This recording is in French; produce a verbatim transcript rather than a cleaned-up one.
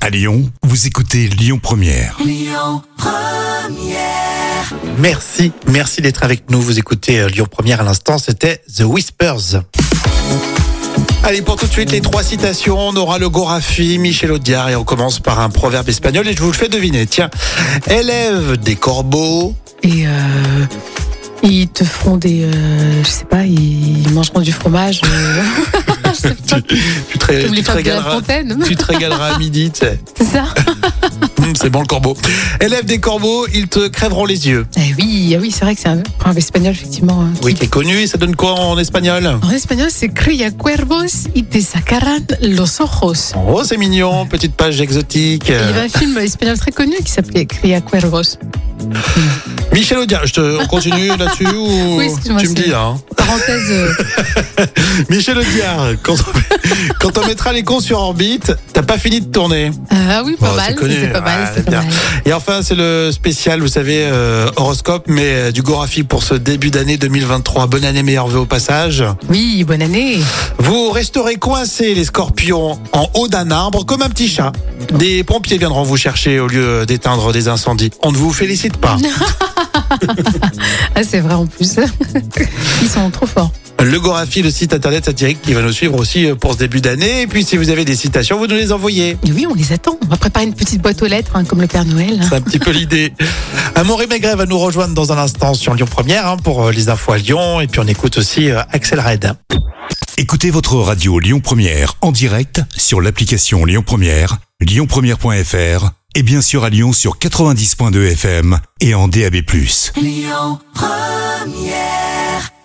À Lyon, vous écoutez Lyon Première. Lyon Première. Merci, merci d'être avec nous. Vous écoutez euh, Lyon Première à l'instant, c'était The Whispers. Allez, pour tout de suite, les trois citations. On aura le Gorafi, Michel Audiard, et on commence par un proverbe espagnol et je vous le fais deviner. Tiens, élève des corbeaux. Et euh, ils te feront des, euh, je sais pas, ils mangeront du fromage. Euh... je sais pas. Tu, tu, te, Comme tu, les te femmes de la régaleras, fontaine. tu te régaleras à midi, tu sais. C'est ça. Hum, c'est bon le corbeau. Élève des corbeaux, ils te crèveront les yeux. Eh oui, ah oui, c'est vrai que c'est un proverbe espagnol effectivement. hein, Oui, qui- qui est connu. Et ça donne quoi en espagnol? En espagnol, c'est cría cuervos y te sacarán los ojos. Oh, c'est mignon. Petite page exotique. Et il y avait un film espagnol très connu qui s'appelait Cría cuervos. Michel Audiard, je te on continue là-dessus ou Oui, excuse-moi, tu me c'est- dis hein. Parenthèse. euh, Michel Audiard, quand on, quand on mettra les cons sur orbite, t'as pas fini de tourner. Ah oui, pas Bon, c'est mal. connu. C'est pas mal. Ouais, C'est pas bien. mal. Et enfin, c'est le spécial, vous savez, euh, horoscope, mais euh, du Gorafi pour ce début d'année deux mille vingt-trois. Bonne année, meilleurs vœux au passage. Oui, bonne année. Vous resterez coincés, les scorpions, en haut d'un arbre, comme un petit chat. Des pompiers viendront vous chercher au lieu d'éteindre des incendies. On ne vous félicite pas. Ah, c'est vrai en plus. Ils sont trop forts. Le Gorafi, le site internet satirique qui va nous suivre aussi pour ce début d'année. Et puis, si vous avez des citations, vous nous les envoyez. Et oui, on les attend. On va préparer une petite boîte aux lettres, hein, comme le Père Noël. C'est un petit peu l'idée. Amaury Maigret va nous rejoindre dans un instant sur Lyon Première hein, pour euh, les infos à Lyon. Et puis, on écoute aussi euh, Axel Red. Écoutez votre radio Lyon Première en direct sur l'application Lyon Première, lyon première point f r et bien sûr à Lyon sur quatre-vingt-dix point deux F M et en D A B plus. Lyon Première.